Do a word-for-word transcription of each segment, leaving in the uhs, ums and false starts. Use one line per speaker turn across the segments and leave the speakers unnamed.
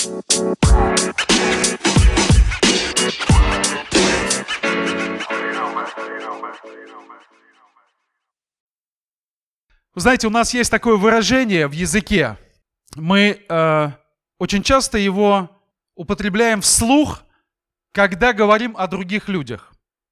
Вы знаете, у нас есть такое выражение в языке. Мы э, очень часто его употребляем вслух, когда говорим о других людях.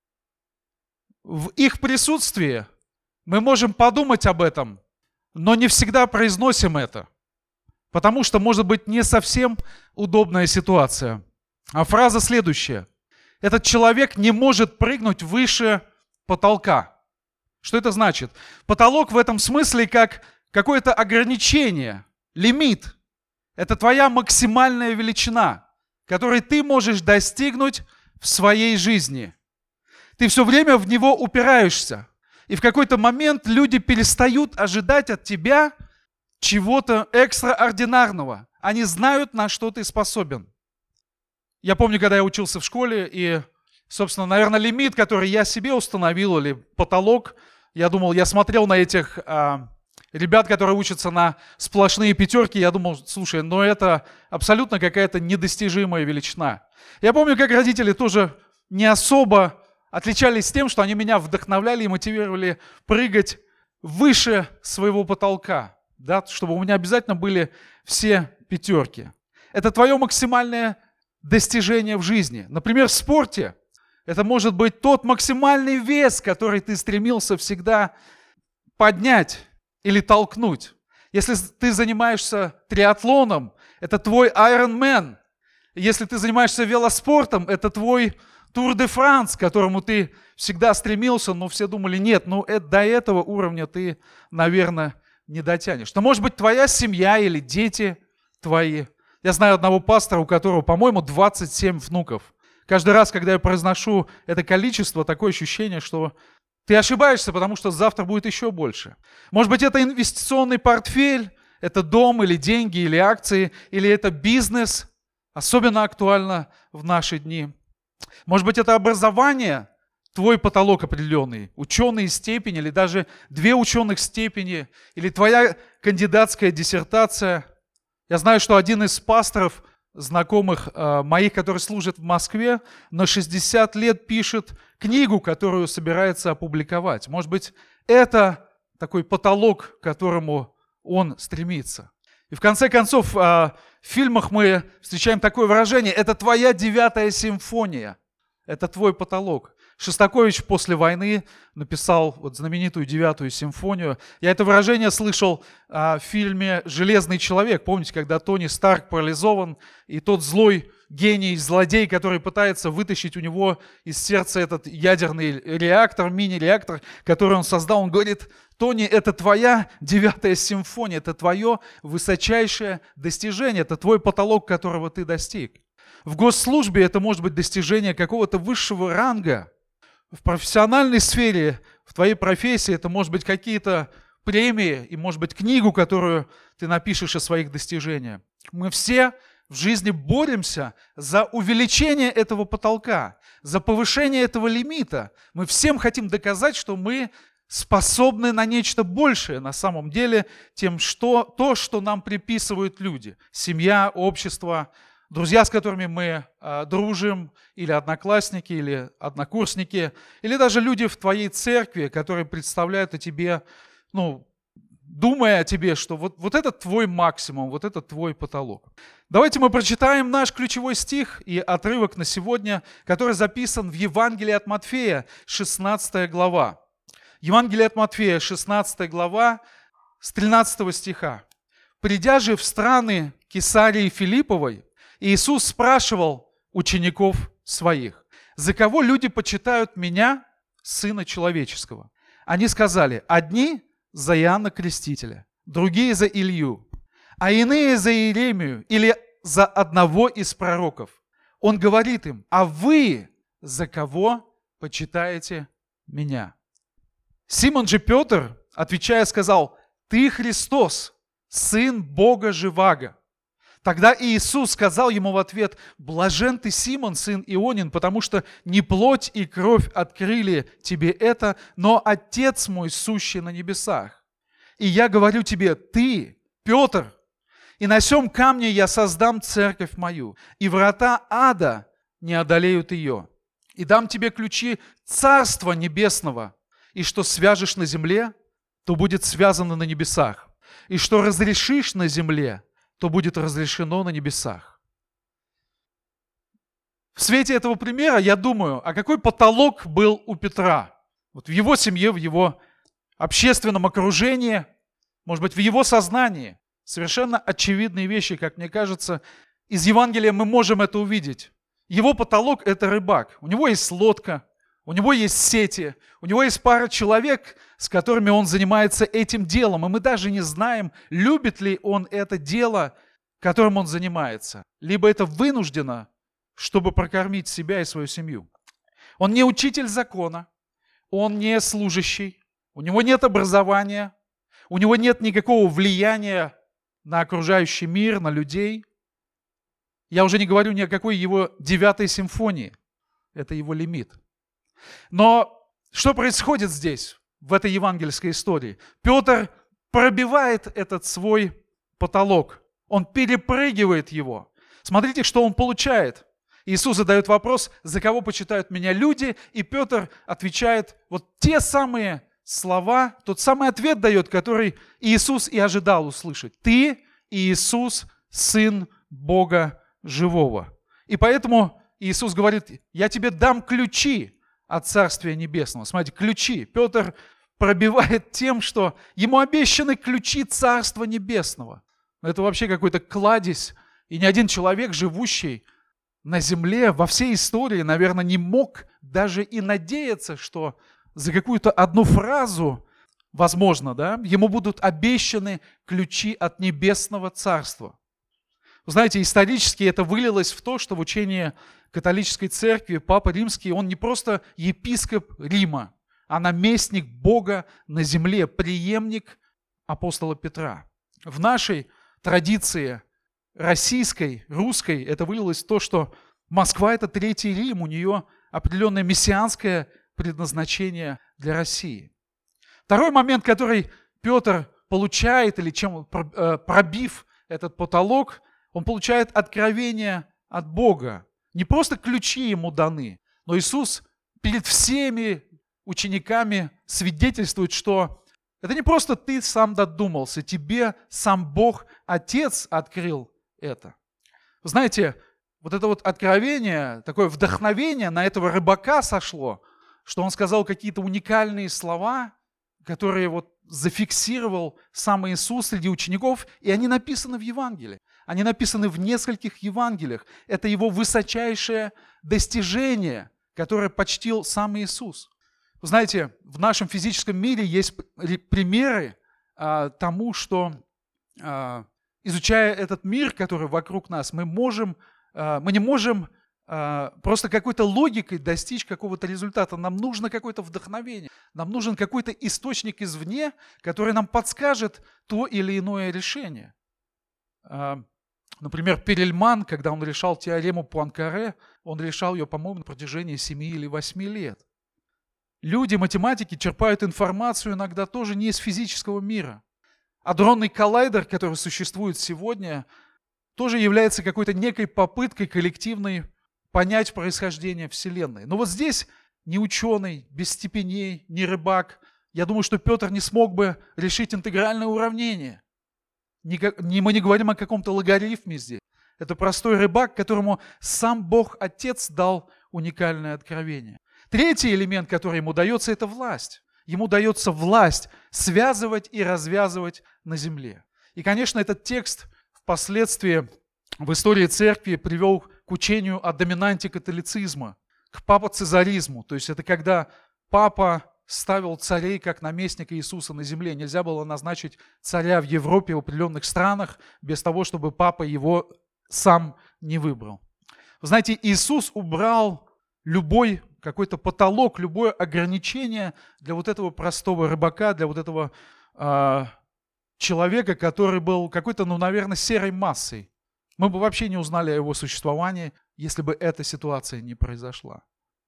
В их присутствии мы можем подумать об этом, но не всегда произносим это, потому что может быть не совсем удобная ситуация. А фраза следующая. Этот человек не может прыгнуть выше потолка. Что это значит? Потолок в этом смысле как какое-то ограничение, лимит. Это твоя максимальная величина, которой ты можешь достигнуть в своей жизни. Ты все время в него упираешься. И в какой-то момент люди перестают ожидать от тебя чего-то экстраординарного. Они знают, на что ты способен. Я помню, когда я учился в школе, и, собственно, наверное, лимит, который я себе установил, или потолок, я думал, я смотрел на этих а, ребят, которые учатся на сплошные пятерки, я думал, слушай, ну это абсолютно какая-то недостижимая величина. Я помню, как родители тоже не особо отличались тем, что они меня вдохновляли и мотивировали прыгать выше своего потолка, да, чтобы у меня обязательно были все пятерки. Это твое максимальное достижение в жизни. Например, в спорте это может быть тот максимальный вес, который ты стремился всегда поднять или толкнуть. Если ты занимаешься триатлоном, это твой Ironman. Если ты занимаешься велоспортом, это твой Тур де Франс, к которому ты всегда стремился, но все думали, нет, ну это, до этого уровня ты, наверное, не дотянешь. Но может быть твоя семья или дети твои. Я знаю одного пастора, у которого, по-моему, двадцать семь внуков. Каждый раз, когда я произношу это количество, такое ощущение, что ты ошибаешься, потому что завтра будет еще больше. Может быть, это инвестиционный портфель, это дом или деньги, или акции, или это бизнес. Особенно актуально в наши дни. Может быть, это образование, твой потолок определенный, ученые степени, или даже две ученых степени, или твоя кандидатская диссертация. Я знаю, что один из пасторов, знакомых э, моих, который служит в Москве, на шестьдесят лет пишет книгу, которую собирается опубликовать. Может быть, это такой потолок, к которому он стремится. И в конце концов, э, в фильмах мы встречаем такое выражение: это твоя девятая симфония, это твой потолок. Шостакович после войны написал вот знаменитую девятую симфонию. Я это выражение слышал а, в фильме «Железный человек». Помните, когда Тони Старк парализован, и тот злой гений, злодей, который пытается вытащить у него из сердца этот ядерный реактор, мини-реактор, который он создал, он говорит: Тони, это твоя девятая симфония, это твое высочайшее достижение, это твой потолок, которого ты достиг. В госслужбе это может быть достижение какого-то высшего ранга. В профессиональной сфере, в твоей профессии, это может быть какие-то премии и, может быть, книгу, которую ты напишешь о своих достижениях. Мы все в жизни боремся за увеличение этого потолка, за повышение этого лимита. Мы всем хотим доказать, что мы способны на нечто большее на самом деле, тем, что, то, что нам приписывают люди. Семья, общество, друзья, с которыми мы э, дружим, или одноклассники, или однокурсники, или даже люди в твоей церкви, которые представляют о тебе, ну, думая о тебе, что вот, вот это твой максимум, вот это твой потолок. Давайте мы прочитаем наш ключевой стих и отрывок на сегодня, который записан в Евангелии от Матфея, шестнадцатая глава. Евангелие от Матфея, шестнадцатая глава, с тринадцатого стиха. «Придя же в страны Кесарии Филипповой, Иисус спрашивал учеников своих: за кого люди почитают меня, Сына Человеческого? Они сказали: одни за Иоанна Крестителя, другие за Илью, а иные за Иеремию или за одного из пророков. Он говорит им: а вы за кого почитаете меня? Симон же Петр, отвечая, сказал: ты Христос, Сын Бога Живаго. Тогда Иисус сказал ему в ответ: блажен ты, Симон, сын Ионин, потому что не плоть и кровь открыли тебе это, но Отец мой, сущий на небесах. И я говорю тебе: ты, Петр, И на сем камне я создам церковь мою, и врата ада не одолеют ее. И дам тебе ключи Царства Небесного, и что свяжешь на земле, то будет связано на небесах, и что разрешишь на земле, то будет разрешено на небесах. В свете этого примера я думаю, а какой потолок был у Петра? Вот в его семье, в его общественном окружении, может быть, в его сознании. Совершенно очевидные вещи, как мне кажется. Из Евангелия мы можем это увидеть. Его потолок – это рыбак. У него есть лодка, у него есть сети, у него есть пара человек, с которыми он занимается этим делом. И мы даже не знаем, любит ли он это дело, которым он занимается. Либо это вынуждено, чтобы прокормить себя и свою семью. Он не учитель закона, он не служащий, у него нет образования, у него нет никакого влияния на окружающий мир, на людей. Я уже не говорю ни о какой его девятой симфонии. Это его лимит. Но что происходит здесь, в этой евангельской истории? Петр пробивает этот свой потолок. Он перепрыгивает его. Смотрите, что он получает. Иисус задает вопрос, за кого почитают меня люди, и Петр отвечает вот те самые слова, тот самый ответ дает, который Иисус и ожидал услышать. Ты, Иисус, Сын Бога Живого. И поэтому Иисус говорит, я тебе дам ключи от Царствия Небесного. Смотрите, ключи. Петр пробивает тем, что ему обещаны ключи Царства Небесного. Это вообще какой-то кладезь. И ни один человек, живущий на земле, во всей истории, наверное, не мог даже и надеяться, что за какую-то одну фразу, возможно, да, ему будут обещаны ключи от Небесного Царства. Вы знаете, исторически это вылилось в то, что в учении католической церкви Папа Римский, он не просто епископ Рима, а наместник Бога на земле, преемник апостола Петра. В нашей традиции российской, русской, это вылилось в то, что Москва – это Третий Рим, у нее определенное мессианское предназначение для России. Второй момент, который Петр получает, или чем пробив этот потолок, он получает откровение от Бога. Не просто ключи ему даны, но Иисус перед всеми учениками свидетельствует, что это не просто ты сам додумался, тебе сам Бог, Отец открыл это. Вы знаете, вот это вот откровение, такое вдохновение на этого рыбака сошло, что он сказал какие-то уникальные слова, которые вот зафиксировал сам Иисус среди учеников, и они написаны в Евангелии. Они написаны в нескольких Евангелиях. Это его высочайшее достижение, которое почтил сам Иисус. Вы знаете, в нашем физическом мире есть примеры а, тому, что, а, изучая этот мир, который вокруг нас, мы, можем, а, мы не можем а, просто какой-то логикой достичь какого-то результата. Нам нужно какое-то вдохновение, нам нужен какой-то источник извне, который нам подскажет то или иное решение. А, например, Перельман, когда он решал теорему Пуанкаре, он решал ее, по-моему, на протяжении семи или восьми лет. Люди, математики черпают информацию иногда тоже не из физического мира. Адронный коллайдер, который существует сегодня, тоже является какой-то некой попыткой коллективной понять происхождение Вселенной. Но вот здесь ни ученый, без степеней, ни рыбак, я думаю, что Петр не смог бы решить интегральное уравнение. Мы не говорим о каком-то логарифме здесь. Это простой рыбак, которому сам Бог Отец дал уникальное откровение. Третий элемент, который ему дается, это власть. Ему дается власть связывать и развязывать на земле. И, конечно, этот текст впоследствии в истории церкви привел к учению о доминанте католицизма, к папоцезаризму. То есть это когда папа ставил царей как наместника Иисуса на земле. Нельзя было назначить царя в Европе, в определенных странах, без того, чтобы папа его сам не выбрал. Вы знаете, Иисус убрал любой какой-то потолок, любое ограничение для вот этого простого рыбака, для вот этого э, человека, который был какой-то, ну, наверное, серой массой. Мы бы вообще не узнали о его существовании, если бы эта ситуация не произошла.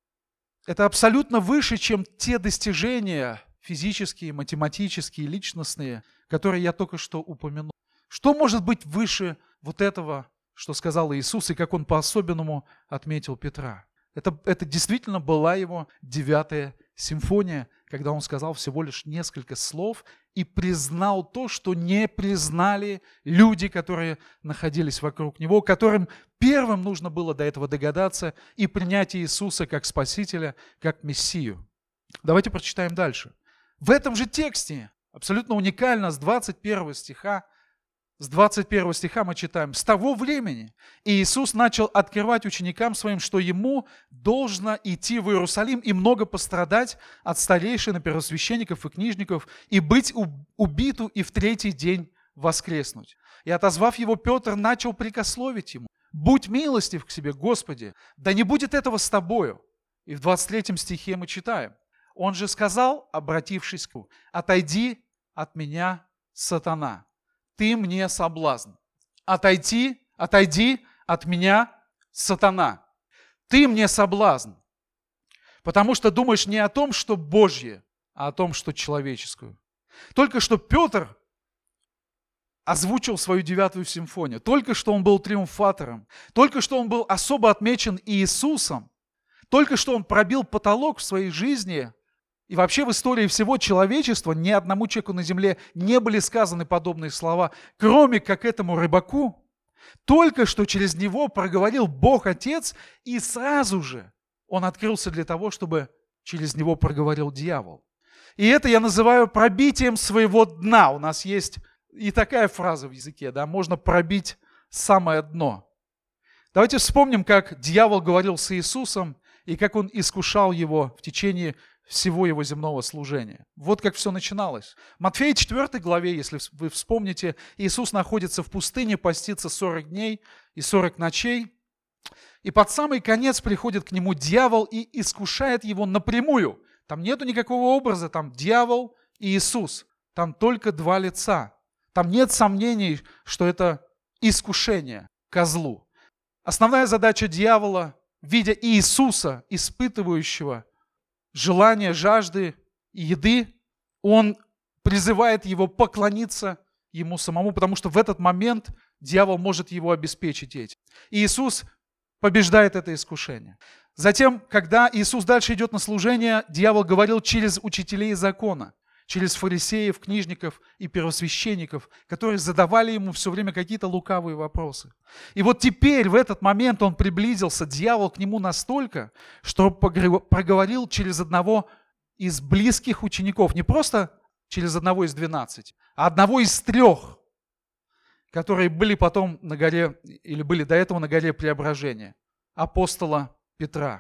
Это абсолютно выше, чем те достижения физические, математические, личностные, которые я только что упомянул. Что может быть выше вот этого, что сказал Иисус, и как Он по-особенному отметил Петра? Это, это действительно была Его девятая симфония, когда Он сказал всего лишь несколько слов и признал то, что не признали люди, которые находились вокруг Него, которым первым нужно было до этого догадаться и принять Иисуса как Спасителя, как Мессию. Давайте прочитаем дальше. В этом же тексте, абсолютно уникально, с двадцать первого стиха, с двадцать первого стиха мы читаем: «С того времени Иисус начал открывать ученикам своим, что Ему должно идти в Иерусалим и много пострадать от старейшин и первосвященников и книжников, и быть убиту и в третий день воскреснуть. И, отозвав Его, Петр начал прикословить Ему: будь милостив к себе, Господи, да не будет этого с тобою». И в двадцать третьем стихе мы читаем: «Он же сказал, обратившись к нему: отойди от меня, сатана, ты мне соблазн. Отойди, отойди от меня, сатана, ты мне соблазн». Потому что думаешь не о том, что Божье, а о том, что человеческую. Только что Петр озвучил свою девятую симфонию. Только что он был триумфатором. Только что он был особо отмечен Иисусом. Только что он пробил потолок в своей жизни. И вообще в истории всего человечества ни одному человеку на земле не были сказаны подобные слова, кроме как этому рыбаку. Только что через него проговорил Бог Отец, и сразу же он открылся для того, чтобы через него проговорил дьявол. И это я называю пробитием своего дна. У нас есть и такая фраза в языке, да, можно пробить самое дно. Давайте вспомним, как дьявол говорил с Иисусом и как он искушал его в течение всего его земного служения. Вот как все начиналось. В Матфея четвёртой главе, если вы вспомните, Иисус находится в пустыне, постится сорок дней и сорок ночей. И под самый конец приходит к нему дьявол и искушает его напрямую. Там нету никакого образа, там дьявол и Иисус. Там только два лица. Там нет сомнений, что это искушение козлу. Основная задача дьявола, видя Иисуса, испытывающего желание, жажды и еды, он призывает его поклониться ему самому, потому что в этот момент дьявол может его обеспечить этим. И Иисус побеждает это искушение. Затем, когда Иисус дальше идет на служение, дьявол говорил через учителей закона, через фарисеев, книжников и первосвященников, которые задавали ему все время какие-то лукавые вопросы. И вот теперь, в этот момент, он приблизился, дьявол, к нему настолько, что проговорил через одного из близких учеников, не просто через одного из двенадцати, а одного из трех, которые были потом на горе, или были до этого на горе Преображения, апостола Петра.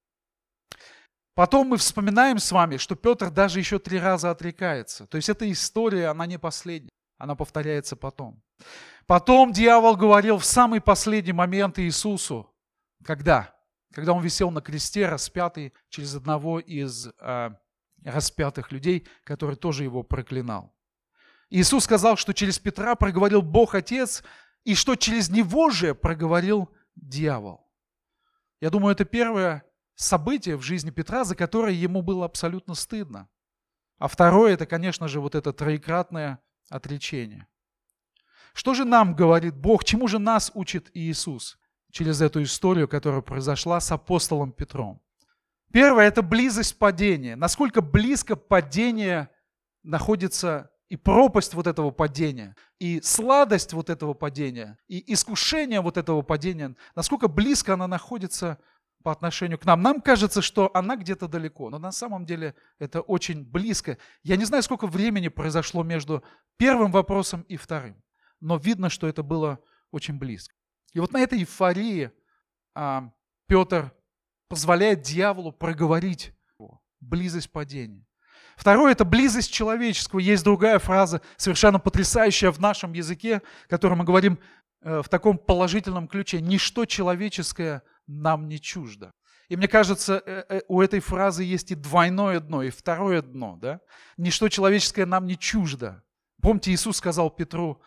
Потом мы вспоминаем с вами, что Петр даже еще три раза отрекается. То есть эта история, она не последняя, она повторяется потом. Потом дьявол говорил в самый последний момент Иисусу. Когда? Когда он висел на кресте, распятый через одного из э, распятых людей, который тоже его проклинал. Иисус сказал, что через Петра проговорил Бог Отец, и что через него же проговорил дьявол. Я думаю, это первое событие в жизни Петра, за которое ему было абсолютно стыдно. А второе, это, конечно же, вот это троекратное отречение. Что же нам говорит Бог? Чему же нас учит Иисус через эту историю, которая произошла с апостолом Петром? Первое – это близость падения. Насколько близко падение находится, и пропасть вот этого падения, и сладость вот этого падения, и искушение вот этого падения, насколько близко она находится по отношению к нам. Нам кажется, что она где-то далеко, но на самом деле это очень близко. Я не знаю, сколько времени произошло между первым вопросом и вторым, но видно, что это было очень близко. И вот на этой эйфории а, Петр позволяет дьяволу проговорить близость падения. Второе – это близость человеческого. Есть другая фраза, совершенно потрясающая в нашем языке, которую мы говорим э, в таком положительном ключе. «Ничто человеческое нам не чуждо». И мне кажется, э, э, у этой фразы есть и двойное дно, и второе дно. Да? «Ничто человеческое нам не чуждо». Помните, Иисус сказал Петру: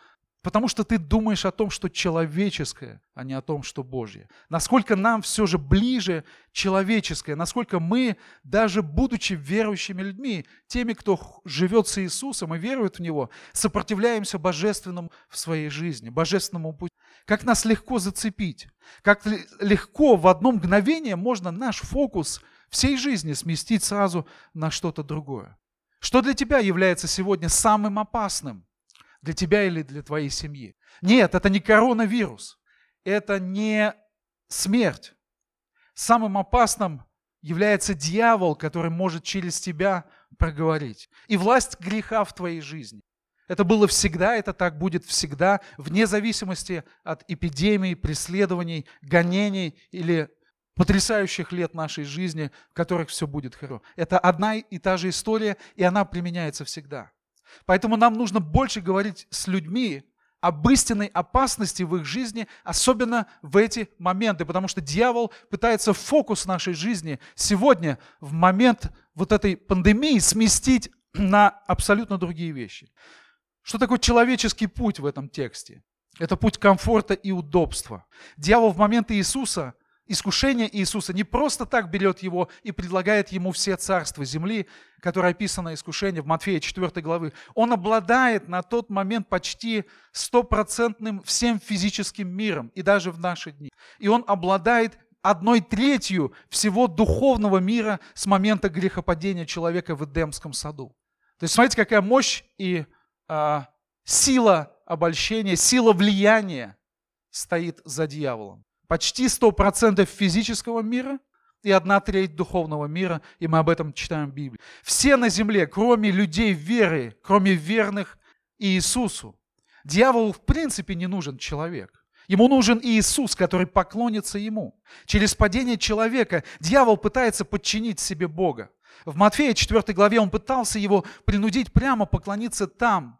Потому что ты думаешь о том, что человеческое, а не о том, что Божье. Насколько нам все же ближе человеческое, насколько мы, даже будучи верующими людьми, теми, кто живет с Иисусом и верует в Него, сопротивляемся божественному в своей жизни, божественному пути. Как нас легко зацепить, как легко в одно мгновение можно наш фокус всей жизни сместить сразу на что-то другое. Что для тебя является сегодня самым опасным? Для тебя или для твоей семьи? Нет, это не коронавирус, это не смерть. Самым опасным является дьявол, который может через тебя проговорить. И власть греха в твоей жизни. Это было всегда, это так будет всегда, вне зависимости от эпидемий, преследований, гонений или потрясающих лет нашей жизни, в которых все будет хорошо. Это одна и та же история, и она применяется всегда. Поэтому нам нужно больше говорить с людьми об истинной опасности в их жизни, особенно в эти моменты, потому что дьявол пытается фокус нашей жизни сегодня, в момент вот этой пандемии, сместить на абсолютно другие вещи. Что такое человеческий путь в этом тексте? Это путь комфорта и удобства. Дьявол в момент Иисуса, искушение Иисуса, не просто так берет его и предлагает ему все царства земли, которое описано искушение в Матфея четвёртой главы. Он обладает на тот момент почти стопроцентным всем физическим миром, и даже в наши дни. И он обладает одной третью всего духовного мира с момента грехопадения человека в Эдемском саду. То есть смотрите, какая мощь и а, сила обольщения, сила влияния стоит за дьяволом. Почти сто процентов физического мира и одна треть духовного мира, и мы об этом читаем в Библии. Все на земле, кроме людей веры, кроме верных Иисусу. Дьяволу в принципе не нужен человек. Ему нужен Иисус, который поклонится Ему. Через падение человека дьявол пытается подчинить себе Бога. В Матфея четвёртой главе он пытался его принудить прямо поклониться там.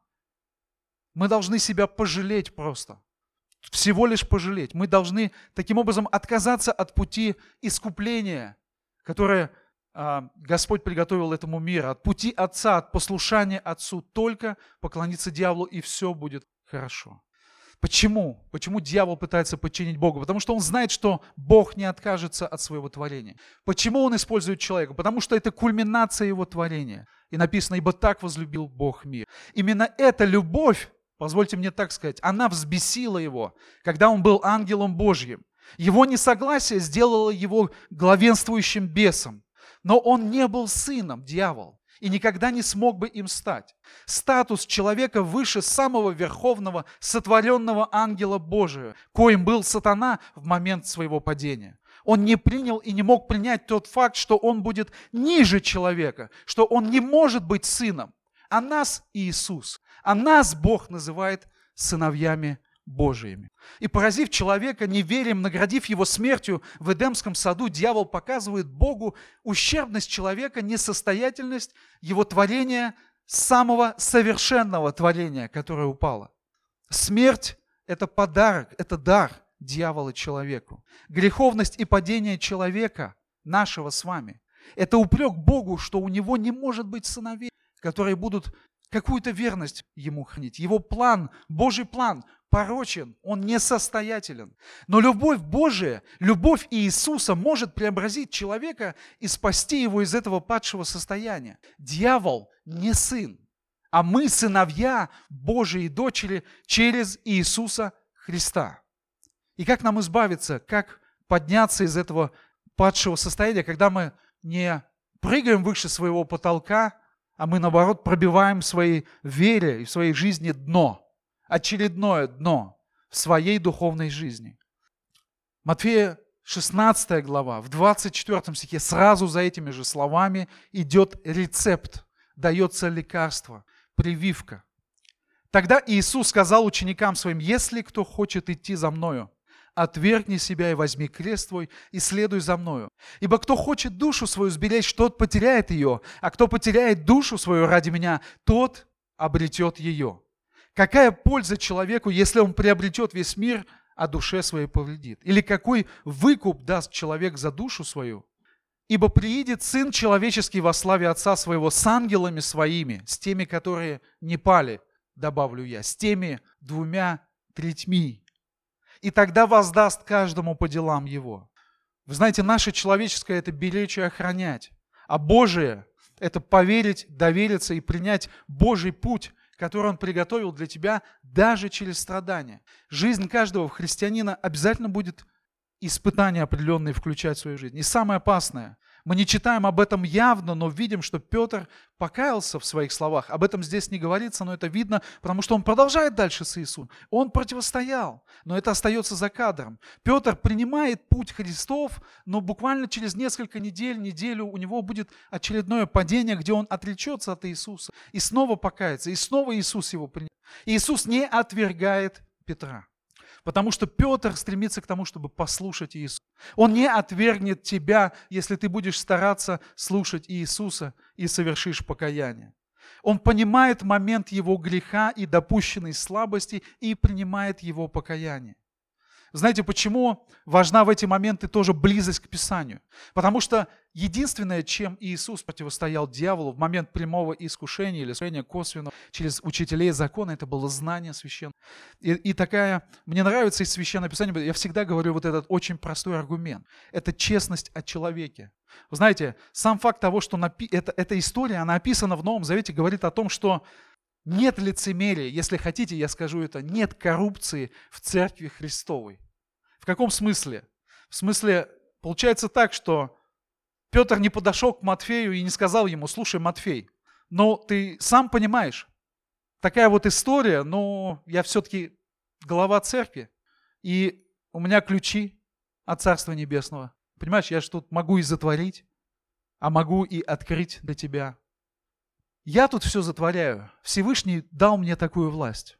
Мы должны себя пожалеть просто. Всего лишь пожалеть. Мы должны таким образом отказаться от пути искупления, которое а, Господь приготовил этому миру, от пути Отца, от послушания Отцу, только поклониться дьяволу, и все будет хорошо. Почему? Почему дьявол пытается подчинить Богу? Потому что он знает, что Бог не откажется от своего творения. Почему он использует человека? Потому что это кульминация его творения. И написано: «Ибо так возлюбил Бог мир». Именно эта любовь, позвольте мне так сказать, она взбесила его, когда он был ангелом Божьим. Его несогласие сделало его главенствующим бесом. Но он не был сыном, дьявол, и никогда не смог бы им стать. Статус человека выше самого верховного сотворенного ангела Божия, коим был сатана в момент своего падения. Он не принял и не мог принять тот факт, что он будет ниже человека, что он не может быть сыном. А нас Иисус, а нас Бог называет сыновьями Божиими. И поразив человека неверием, наградив его смертью в Эдемском саду, дьявол показывает Богу ущербность человека, несостоятельность его творения, самого совершенного творения, которое упало. Смерть – это подарок, это дар дьявола человеку. Греховность и падение человека, нашего с вами, это упрек Богу, что у него не может быть сыновей, которые будут какую-то верность ему хранить. Его план, Божий план порочен, он несостоятелен. Но любовь Божия, любовь Иисуса может преобразить человека и спасти его из этого падшего состояния. Дьявол не сын, а мы сыновья Божьи дочери через Иисуса Христа. И как нам избавиться, как подняться из этого падшего состояния, когда мы не прыгаем выше своего потолка, а мы, наоборот, пробиваем в своей вере и в своей жизни дно, очередное дно в своей духовной жизни. Матфея шестнадцатая глава, в двадцать четвёртом стихе, сразу за этими же словами идет рецепт, дается лекарство, прививка. Тогда Иисус сказал ученикам своим: «Если кто хочет идти за Мною, отвергни себя и возьми крест твой, и следуй за Мною. Ибо кто хочет душу свою сберечь, тот потеряет ее, а кто потеряет душу свою ради Меня, тот обретет ее. Какая польза человеку, если он приобретет весь мир, а душе своей повредит? Или какой выкуп даст человек за душу свою? Ибо приидет Сын Человеческий во славе Отца Своего с ангелами Своими, с теми, которые не пали добавлю я, с теми двумя третьми. И тогда воздаст каждому по делам его. Вы знаете, наше человеческое – это беречь и охранять, а Божие – это поверить, довериться и принять Божий путь, который Он приготовил для тебя даже через страдания. Жизнь каждого христианина обязательно будет испытания определенные включать в свою жизнь. И самое опасное, мы не читаем об этом явно, но видим, что Петр покаялся в своих словах. Об этом здесь не говорится, но это видно, потому что он продолжает дальше с Иисусом. Он противостоял, но это остается за кадром. Петр принимает путь Христов, но буквально через несколько недель, неделю у него будет очередное падение, где он отречется от Иисуса и снова покается, и снова Иисус его принят. Иисус не отвергает Петра. Потому что Петр стремится к тому, чтобы послушать Иисуса. Он не отвергнет тебя, если ты будешь стараться слушать Иисуса и совершишь покаяние. Он понимает момент его греха и допущенной слабости и принимает его покаяние. Знаете, почему важна в эти моменты тоже близость к Писанию? Потому что единственное, чем Иисус противостоял дьяволу в момент прямого искушения или искушения косвенного через учителей закона, это было знание священного. И, и такая, мне нравится из Священного Писания, я всегда говорю вот этот очень простой аргумент. Это честность о человеке. Вы знаете, сам факт того, что напи- это, эта история, она описана в Новом Завете, говорит о том, что нет лицемерия, если хотите, я скажу это, нет коррупции в Церкви Христовой. В каком смысле? В смысле, получается так, что Петр не подошел к Матфею и не сказал ему: слушай, Матфей, но ты сам понимаешь, такая вот история, но я все-таки глава церкви, и у меня ключи от Царства Небесного. Понимаешь, я же тут могу и затворить, а могу и открыть для тебя. Я тут все затворяю. Всевышний дал мне такую власть.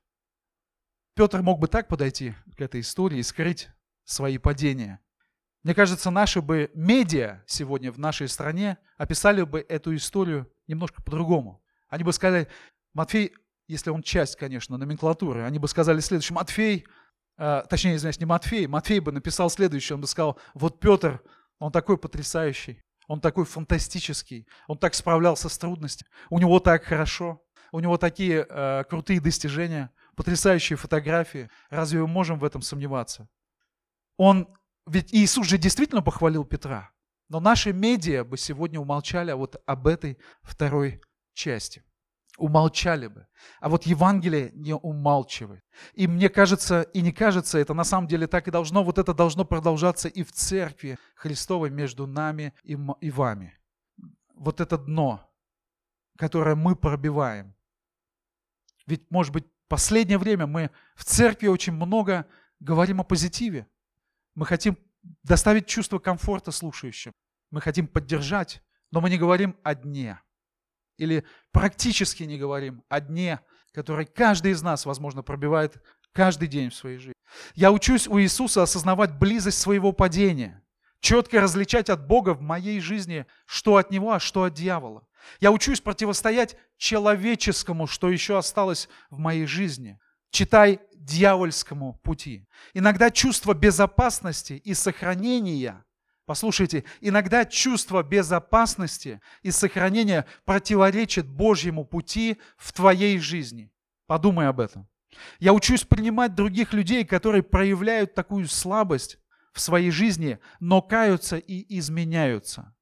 Петр мог бы так подойти к этой истории и скрыть свои падения. Мне кажется, наши бы медиа сегодня в нашей стране описали бы эту историю немножко по-другому. Они бы сказали, Матфей, если он часть, конечно, номенклатуры, они бы сказали следующее: Матфей, э, точнее, извиняюсь, не Матфей, Матфей бы написал следующее, он бы сказал: вот Петр, он такой потрясающий, он такой фантастический, он так справлялся с трудностями, у него так хорошо, у него такие э, крутые достижения, потрясающие фотографии. Разве мы можем в этом сомневаться? Он, ведь Иисус же действительно похвалил Петра, но наши медиа бы сегодня умолчали вот об этой второй части. Умолчали бы. А вот Евангелие не умалчивает. И мне кажется, и не кажется, это на самом деле так и должно, вот это должно продолжаться и в Церкви Христовой между нами и, и вами. Вот это дно, которое мы пробиваем. Ведь, может быть, в последнее время мы в Церкви очень много говорим о позитиве. Мы хотим доставить чувство комфорта слушающим. Мы хотим поддержать, но мы не говорим о дне. Или практически не говорим о дне, который каждый из нас, возможно, пробивает каждый день в своей жизни. Я учусь у Иисуса осознавать близость своего падения, четко различать от Бога в моей жизни, что от Него, а что от дьявола. Я учусь противостоять человеческому, что еще осталось в моей жизни. Читай дьявольскому пути. Иногда чувство безопасности и сохранения, послушайте, иногда чувство безопасности и сохранения противоречит Божьему пути в твоей жизни. Подумай об этом. Я учусь принимать других людей, которые проявляют такую слабость в своей жизни, но каются и изменяются.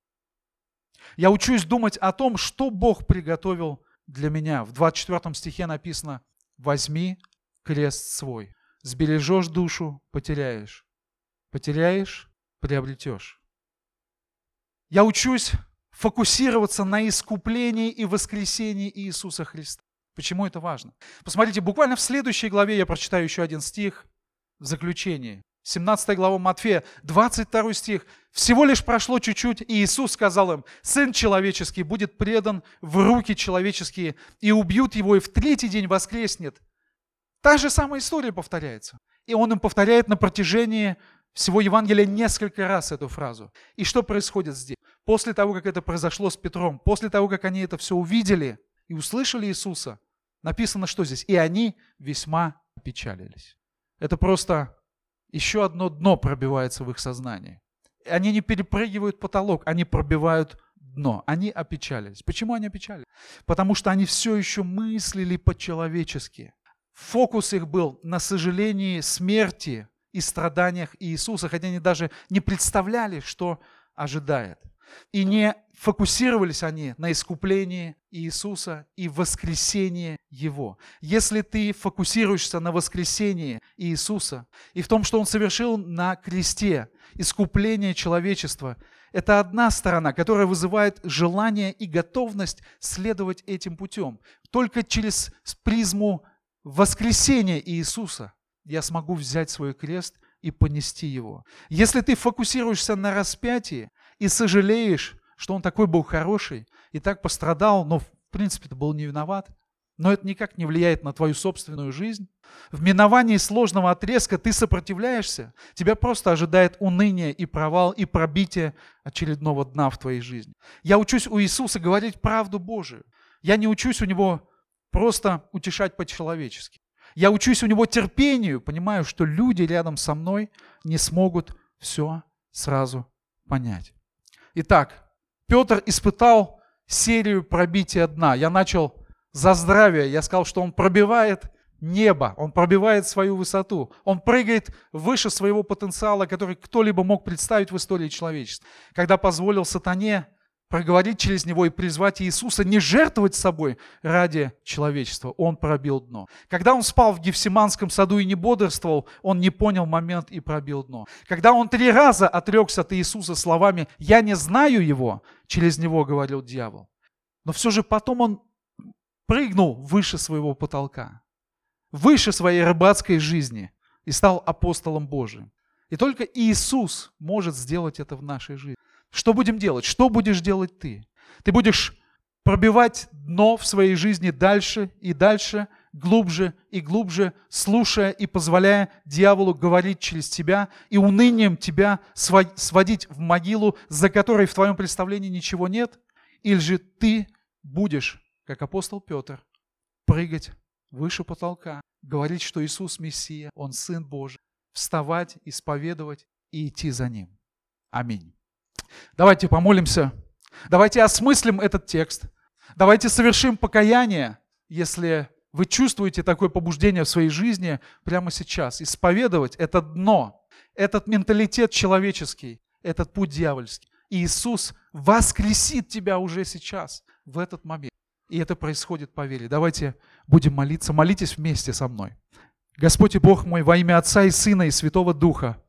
Я учусь думать о том, что Бог приготовил для меня. В двадцать четвёртом стихе написано: возьми крест свой, сбережешь душу, потеряешь, потеряешь, приобретешь. Я учусь фокусироваться на искуплении и воскресении Иисуса Христа. Почему это важно? Посмотрите, буквально в следующей главе я прочитаю еще один стих в заключении. семнадцатая глава Матфея, двадцать второй стих. Всего лишь прошло чуть-чуть, и Иисус сказал им: Сын человеческий будет предан в руки человеческие, и убьют его, и в третий день воскреснет. Та же самая история повторяется. И он им повторяет на протяжении всего Евангелия несколько раз эту фразу. И что происходит здесь? После того, как это произошло с Петром, после того, как они это все увидели и услышали Иисуса, написано, что здесь? И они весьма опечалились. Это просто еще одно дно пробивается в их сознании. Они не перепрыгивают потолок, они пробивают дно. Они опечалились. Почему они опечалились? Потому что они все еще мыслили по-человечески. Фокус их был на сожалении, смерти и страданиях Иисуса, хотя они даже не представляли, что ожидает. И не фокусировались они на искуплении Иисуса и воскресении Его. Если ты фокусируешься на воскресении Иисуса и в том, что Он совершил на кресте, искупление человечества, это одна сторона, которая вызывает желание и готовность следовать этим путем. Только через призму воскресения Иисуса я смогу взять свой крест и понести его. Если ты фокусируешься на распятии и сожалеешь, что он такой был хороший и так пострадал, но в принципе ты был не виноват, но это никак не влияет на твою собственную жизнь. В миновании сложного отрезка ты сопротивляешься, тебя просто ожидает уныние и провал, и пробитие очередного дна в твоей жизни. Я учусь у Иисуса говорить правду Божию. Я не учусь у Него просто утешать по-человечески. Я учусь у Него терпению, понимаю, что люди рядом со мной не смогут все сразу понять. Итак, Петр испытал серию пробития дна. Я начал за здравие, я сказал, что он пробивает небо, он пробивает свою высоту, он прыгает выше своего потенциала, который кто-либо мог представить в истории человечества. Когда позволил сатане проговорить через него и призвать Иисуса не жертвовать собой ради человечества, он пробил дно. Когда он спал в Гефсиманском саду и не бодрствовал, он не понял момент и пробил дно. Когда он три раза отрекся от Иисуса словами «я не знаю его», через него говорил дьявол. Но все же потом он прыгнул выше своего потолка, выше своей рыбацкой жизни и стал апостолом Божиим. И только Иисус может сделать это в нашей жизни. Что будем делать? Что будешь делать ты? Ты будешь пробивать дно в своей жизни дальше и дальше, глубже и глубже, слушая и позволяя дьяволу говорить через тебя и унынием тебя сводить в могилу, за которой в твоем представлении ничего нет? Или же ты будешь, как апостол Петр, прыгать выше потолка, говорить, что Иисус Мессия, Он Сын Божий, вставать, исповедовать и идти за Ним. Аминь. Давайте помолимся. Давайте осмыслим этот текст. Давайте совершим покаяние, если вы чувствуете такое побуждение в своей жизни прямо сейчас. Исповедовать это дно, этот менталитет человеческий, этот путь дьявольский. И Иисус воскресит тебя уже сейчас, в этот момент. И это происходит по вере. Давайте будем молиться. Молитесь вместе со мной. Господь и Бог мой, во имя Отца и Сына и Святого Духа,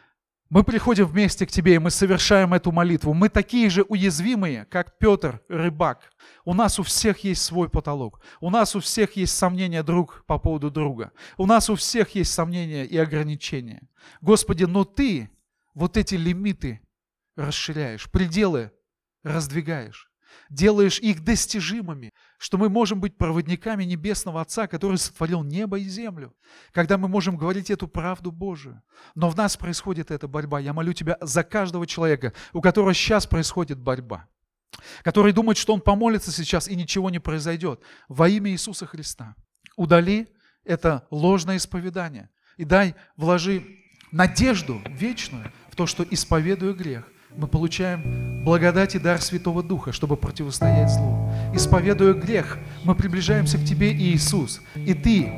мы приходим вместе к Тебе, и мы совершаем эту молитву. Мы такие же уязвимые, как Петр, рыбак. У нас у всех есть свой потолок. У нас у всех есть сомнения друг по поводу друга. У нас у всех есть сомнения и ограничения. Господи, но Ты вот эти лимиты расширяешь, пределы раздвигаешь. Делаешь их достижимыми, что мы можем быть проводниками Небесного Отца, который сотворил небо и землю, когда мы можем говорить эту правду Божию. Но в нас происходит эта борьба. Я молю Тебя за каждого человека, у которого сейчас происходит борьба, который думает, что он помолится сейчас и ничего не произойдет. Во имя Иисуса Христа удали это ложное исповедание и дай, вложи надежду вечную в то, что, исповедуя грех, мы получаем благодать и дар Святого Духа, чтобы противостоять злу. Исповедуя грех, мы приближаемся к Тебе, Иисус, и Ты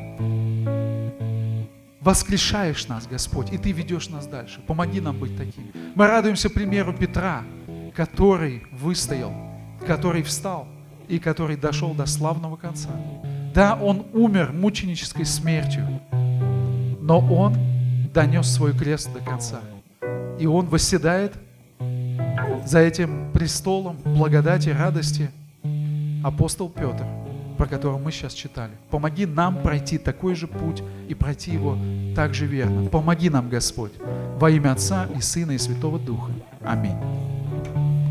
воскрешаешь нас, Господь, и Ты ведешь нас дальше. Помоги нам быть такими. Мы радуемся примеру Петра, который выстоял, который встал и который дошел до славного конца. Да, он умер мученической смертью, но он донес свой крест до конца. И он восседает за этим престолом благодати, радости, апостол Петр, про которого мы сейчас читали. Помоги нам пройти такой же путь и пройти его так же верно. Помоги нам, Господь, во имя Отца и Сына и Святого Духа. Аминь.